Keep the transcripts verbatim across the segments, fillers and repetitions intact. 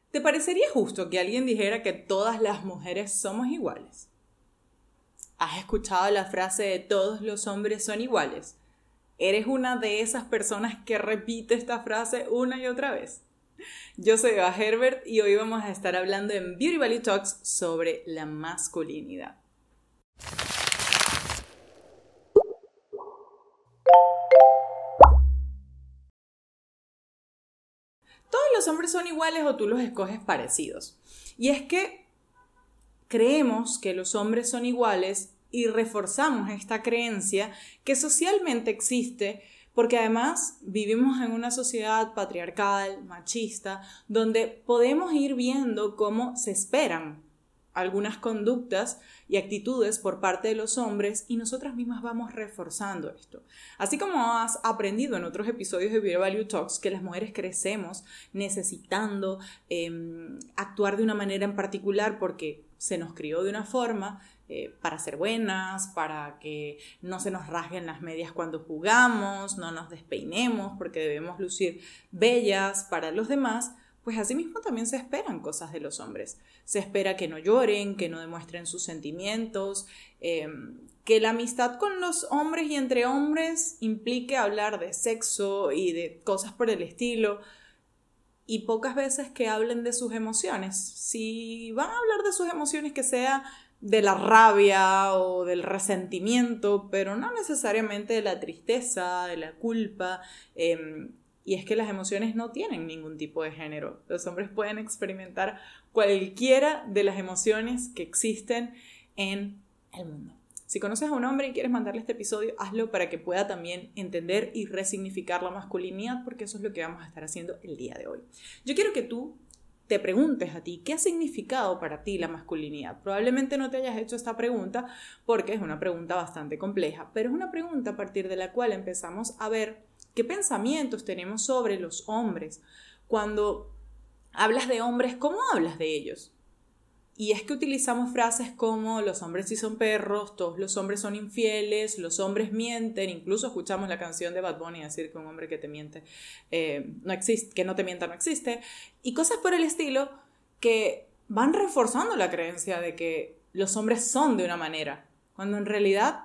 ¿Te parecería justo que alguien dijera que todas las mujeres somos iguales? ¿Has escuchado la frase de todos los hombres son iguales? ¿Eres una de esas personas que repite esta frase una y otra vez? Yo soy Eva Herbert y hoy vamos a estar hablando en Beauty Value Talks sobre la masculinidad. ¿Todos los hombres son iguales o tú los escoges parecidos? Y es que creemos que los hombres son iguales y reforzamos esta creencia que socialmente existe porque además vivimos en una sociedad patriarcal, machista, donde podemos ir viendo cómo se esperan algunas conductas y actitudes por parte de los hombres y nosotras mismas vamos reforzando esto. Así como has aprendido en otros episodios de Beauty Value Talks que las mujeres crecemos necesitando eh, actuar de una manera en particular porque se nos crió de una forma eh, para ser buenas, para que no se nos rasguen las medias cuando jugamos, no nos despeinemos porque debemos lucir bellas para los demás. Pues asimismo también se esperan cosas de los hombres. Se espera que no lloren, que no demuestren sus sentimientos, eh, que la amistad con los hombres y entre hombres implique hablar de sexo y de cosas por el estilo, y pocas veces que hablen de sus emociones. Si van a hablar de sus emociones, que sea de la rabia o del resentimiento, pero no necesariamente de la tristeza, de la culpa, eh, Y es que las emociones no tienen ningún tipo de género. Los hombres pueden experimentar cualquiera de las emociones que existen en el mundo. Si conoces a un hombre y quieres mandarle este episodio, hazlo para que pueda también entender y resignificar la masculinidad, porque eso es lo que vamos a estar haciendo el día de hoy. Yo quiero que tú te preguntes a ti, ¿qué ha significado para ti la masculinidad? Probablemente no te hayas hecho esta pregunta porque es una pregunta bastante compleja, pero es una pregunta a partir de la cual empezamos a ver qué pensamientos tenemos sobre los hombres. Cuando hablas de hombres, ¿cómo hablas de ellos? Y es que utilizamos frases como los hombres sí son perros, todos los hombres son infieles, los hombres mienten, incluso escuchamos la canción de Bad Bunny decir que un hombre que te miente eh, no existe, que no te mienta no existe, y cosas por el estilo que van reforzando la creencia de que los hombres son de una manera, cuando en realidad,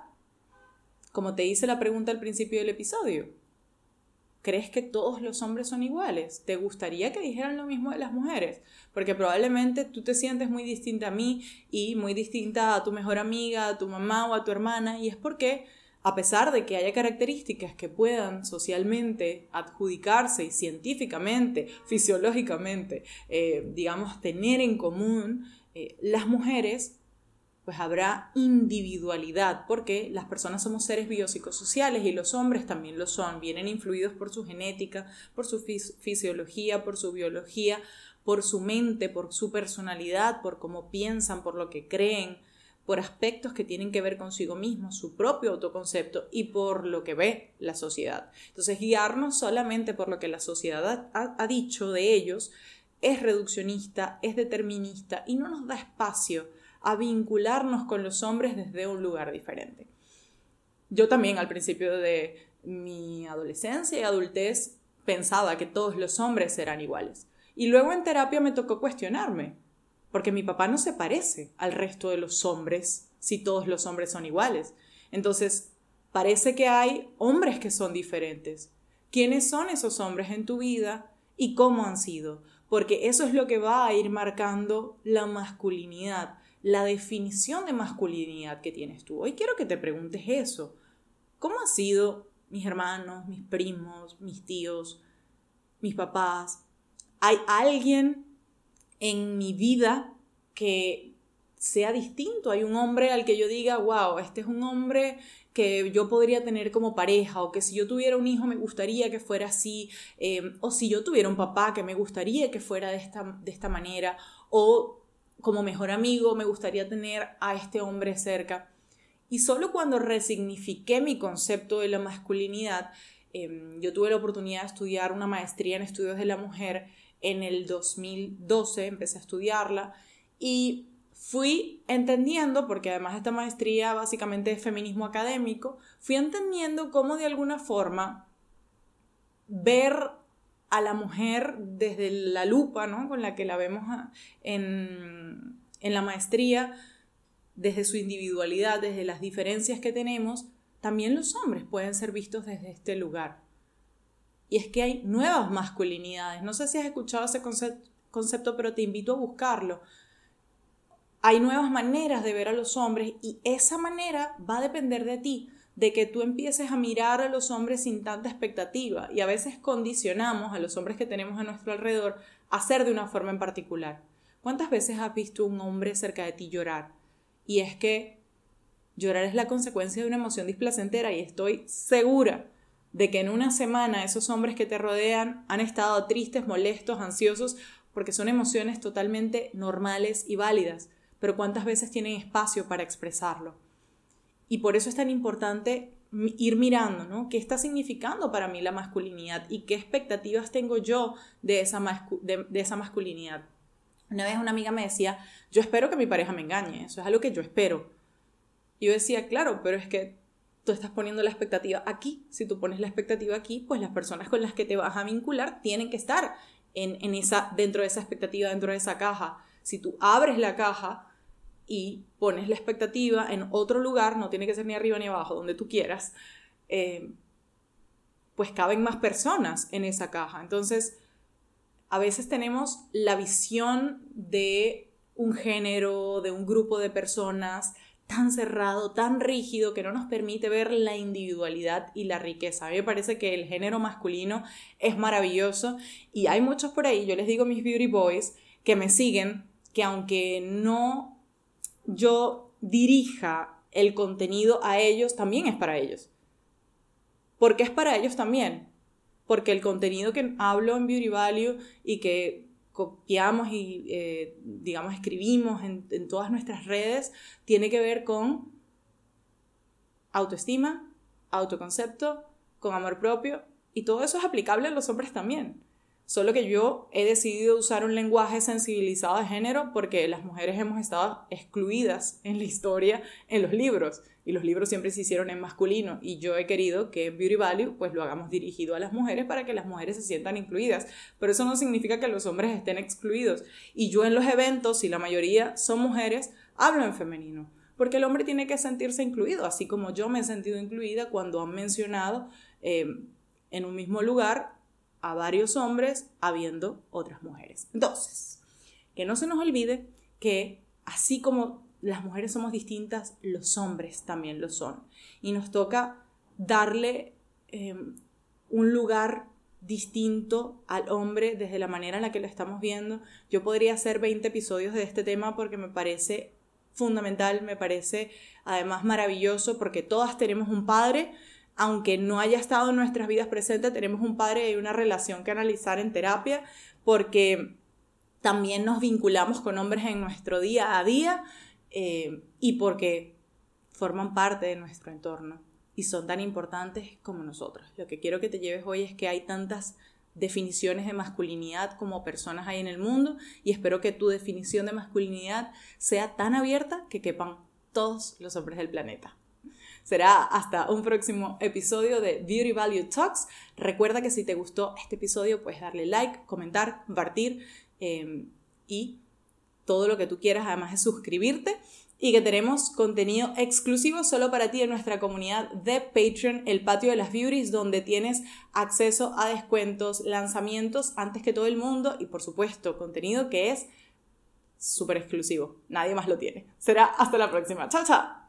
como te hice la pregunta al principio del episodio, ¿crees que todos los hombres son iguales? ¿Te gustaría que dijeran lo mismo de las mujeres? Porque probablemente tú te sientes muy distinta a mí y muy distinta a tu mejor amiga, a tu mamá o a tu hermana, y es porque a pesar de que haya características que puedan socialmente adjudicarse y científicamente, fisiológicamente, eh, digamos, tener en común, eh, las mujeres, pues habrá individualidad, porque las personas somos seres biopsicosociales y los hombres también lo son, vienen influidos por su genética, por su fis- fisiología, por su biología, por su mente, por su personalidad, por cómo piensan, por lo que creen, por aspectos que tienen que ver consigo mismos, su propio autoconcepto y por lo que ve la sociedad. Entonces, guiarnos solamente por lo que la sociedad ha, ha dicho de ellos es reduccionista, es determinista y no nos da espacio a vincularnos con los hombres desde un lugar diferente. Yo también al principio de mi adolescencia y adultez pensaba que todos los hombres eran iguales. Y luego en terapia me tocó cuestionarme, porque mi papá no se parece al resto de los hombres si todos los hombres son iguales. Entonces, parece que hay hombres que son diferentes. ¿Quiénes son esos hombres en tu vida y cómo han sido? Porque eso es lo que va a ir marcando la masculinidad, la definición de masculinidad que tienes tú. Hoy quiero que te preguntes eso. ¿Cómo han sido mis hermanos, mis primos, mis tíos, mis papás? ¿Hay alguien en mi vida que sea distinto? ¿Hay un hombre al que yo diga, wow, este es un hombre que yo podría tener como pareja? O que si yo tuviera un hijo me gustaría que fuera así. Eh, o si yo tuviera un papá que me gustaría que fuera de esta, de esta manera. O como mejor amigo me gustaría tener a este hombre cerca. Y solo cuando resignifiqué mi concepto de la masculinidad, eh, yo tuve la oportunidad de estudiar una maestría en estudios de la mujer en el dos mil doce, empecé a estudiarla y fui entendiendo, porque además esta maestría básicamente es feminismo académico, fui entendiendo cómo de alguna forma ver a la mujer desde la lupa, ¿no? Con la que la vemos en, en la maestría, desde su individualidad, desde las diferencias que tenemos, también los hombres pueden ser vistos desde este lugar. Y es que hay nuevas masculinidades. No sé si has escuchado ese concepto, concepto, pero te invito a buscarlo. Hay nuevas maneras de ver a los hombres y esa manera va a depender de ti, de que tú empieces a mirar a los hombres sin tanta expectativa, y a veces condicionamos a los hombres que tenemos a nuestro alrededor a ser de una forma en particular. ¿Cuántas veces has visto a un hombre cerca de ti llorar? Y es que llorar es la consecuencia de una emoción displacentera, y estoy segura de que en una semana esos hombres que te rodean han estado tristes, molestos, ansiosos, porque son emociones totalmente normales y válidas, pero ¿cuántas veces tienen espacio para expresarlo? Y por eso es tan importante ir mirando, ¿no? ¿Qué está significando para mí la masculinidad y qué expectativas tengo yo de esa, mascu- de, de esa masculinidad? Una vez una amiga me decía, yo espero que mi pareja me engañe, eso es algo que yo espero. Y yo decía, claro, pero es que tú estás poniendo la expectativa aquí. Si tú pones la expectativa aquí, pues las personas con las que te vas a vincular tienen que estar en, en esa, dentro de esa expectativa, dentro de esa caja. Si tú abres la caja y pones la expectativa en otro lugar, no tiene que ser ni arriba ni abajo, donde tú quieras, eh, pues caben más personas en esa caja. Entonces, a veces tenemos la visión de un género, de un grupo de personas tan cerrado, tan rígido, que no nos permite ver la individualidad y la riqueza. A mí me parece que el género masculino es maravilloso y hay muchos por ahí, yo les digo a mis beauty boys que me siguen, que aunque no yo dirija el contenido a ellos, también es para ellos. ¿Por qué es para ellos también? Porque el contenido que hablo en Beauty Value y que copiamos y, eh, digamos, escribimos en, en todas nuestras redes, tiene que ver con autoestima, autoconcepto, con amor propio, y todo eso es aplicable a los hombres también. Solo que yo he decidido usar un lenguaje sensibilizado de género porque las mujeres hemos estado excluidas en la historia, en los libros, y los libros siempre se hicieron en masculino, y yo he querido que en Beauty Value pues lo hagamos dirigido a las mujeres para que las mujeres se sientan incluidas, pero eso no significa que los hombres estén excluidos, y yo en los eventos, si la mayoría son mujeres, hablo en femenino, porque el hombre tiene que sentirse incluido, así como yo me he sentido incluida cuando han mencionado eh, en un mismo lugar a varios hombres habiendo otras mujeres. Entonces, que no se nos olvide que así como las mujeres somos distintas, los hombres también lo son. Y nos toca darle eh, un lugar distinto al hombre desde la manera en la que lo estamos viendo. Yo podría hacer veinte episodios de este tema porque me parece fundamental, me parece además maravilloso, porque todas tenemos un padre, aunque no haya estado en nuestras vidas presentes, tenemos un padre y una relación que analizar en terapia, porque también nos vinculamos con hombres en nuestro día a día, eh, y porque forman parte de nuestro entorno y son tan importantes como nosotros. Lo que quiero que te lleves hoy es que hay tantas definiciones de masculinidad como personas hay en el mundo, y espero que tu definición de masculinidad sea tan abierta que quepan todos los hombres del planeta. Será hasta un próximo episodio de Beauty Value Talks. Recuerda que si te gustó este episodio, puedes darle like, comentar, compartir eh, y todo lo que tú quieras, además de suscribirte, y que tenemos contenido exclusivo solo para ti en nuestra comunidad de Patreon, el Patio de las Beauties, donde tienes acceso a descuentos, lanzamientos antes que todo el mundo y, por supuesto, contenido que es súper exclusivo. Nadie más lo tiene. Será hasta la próxima. ¡Chao, chao!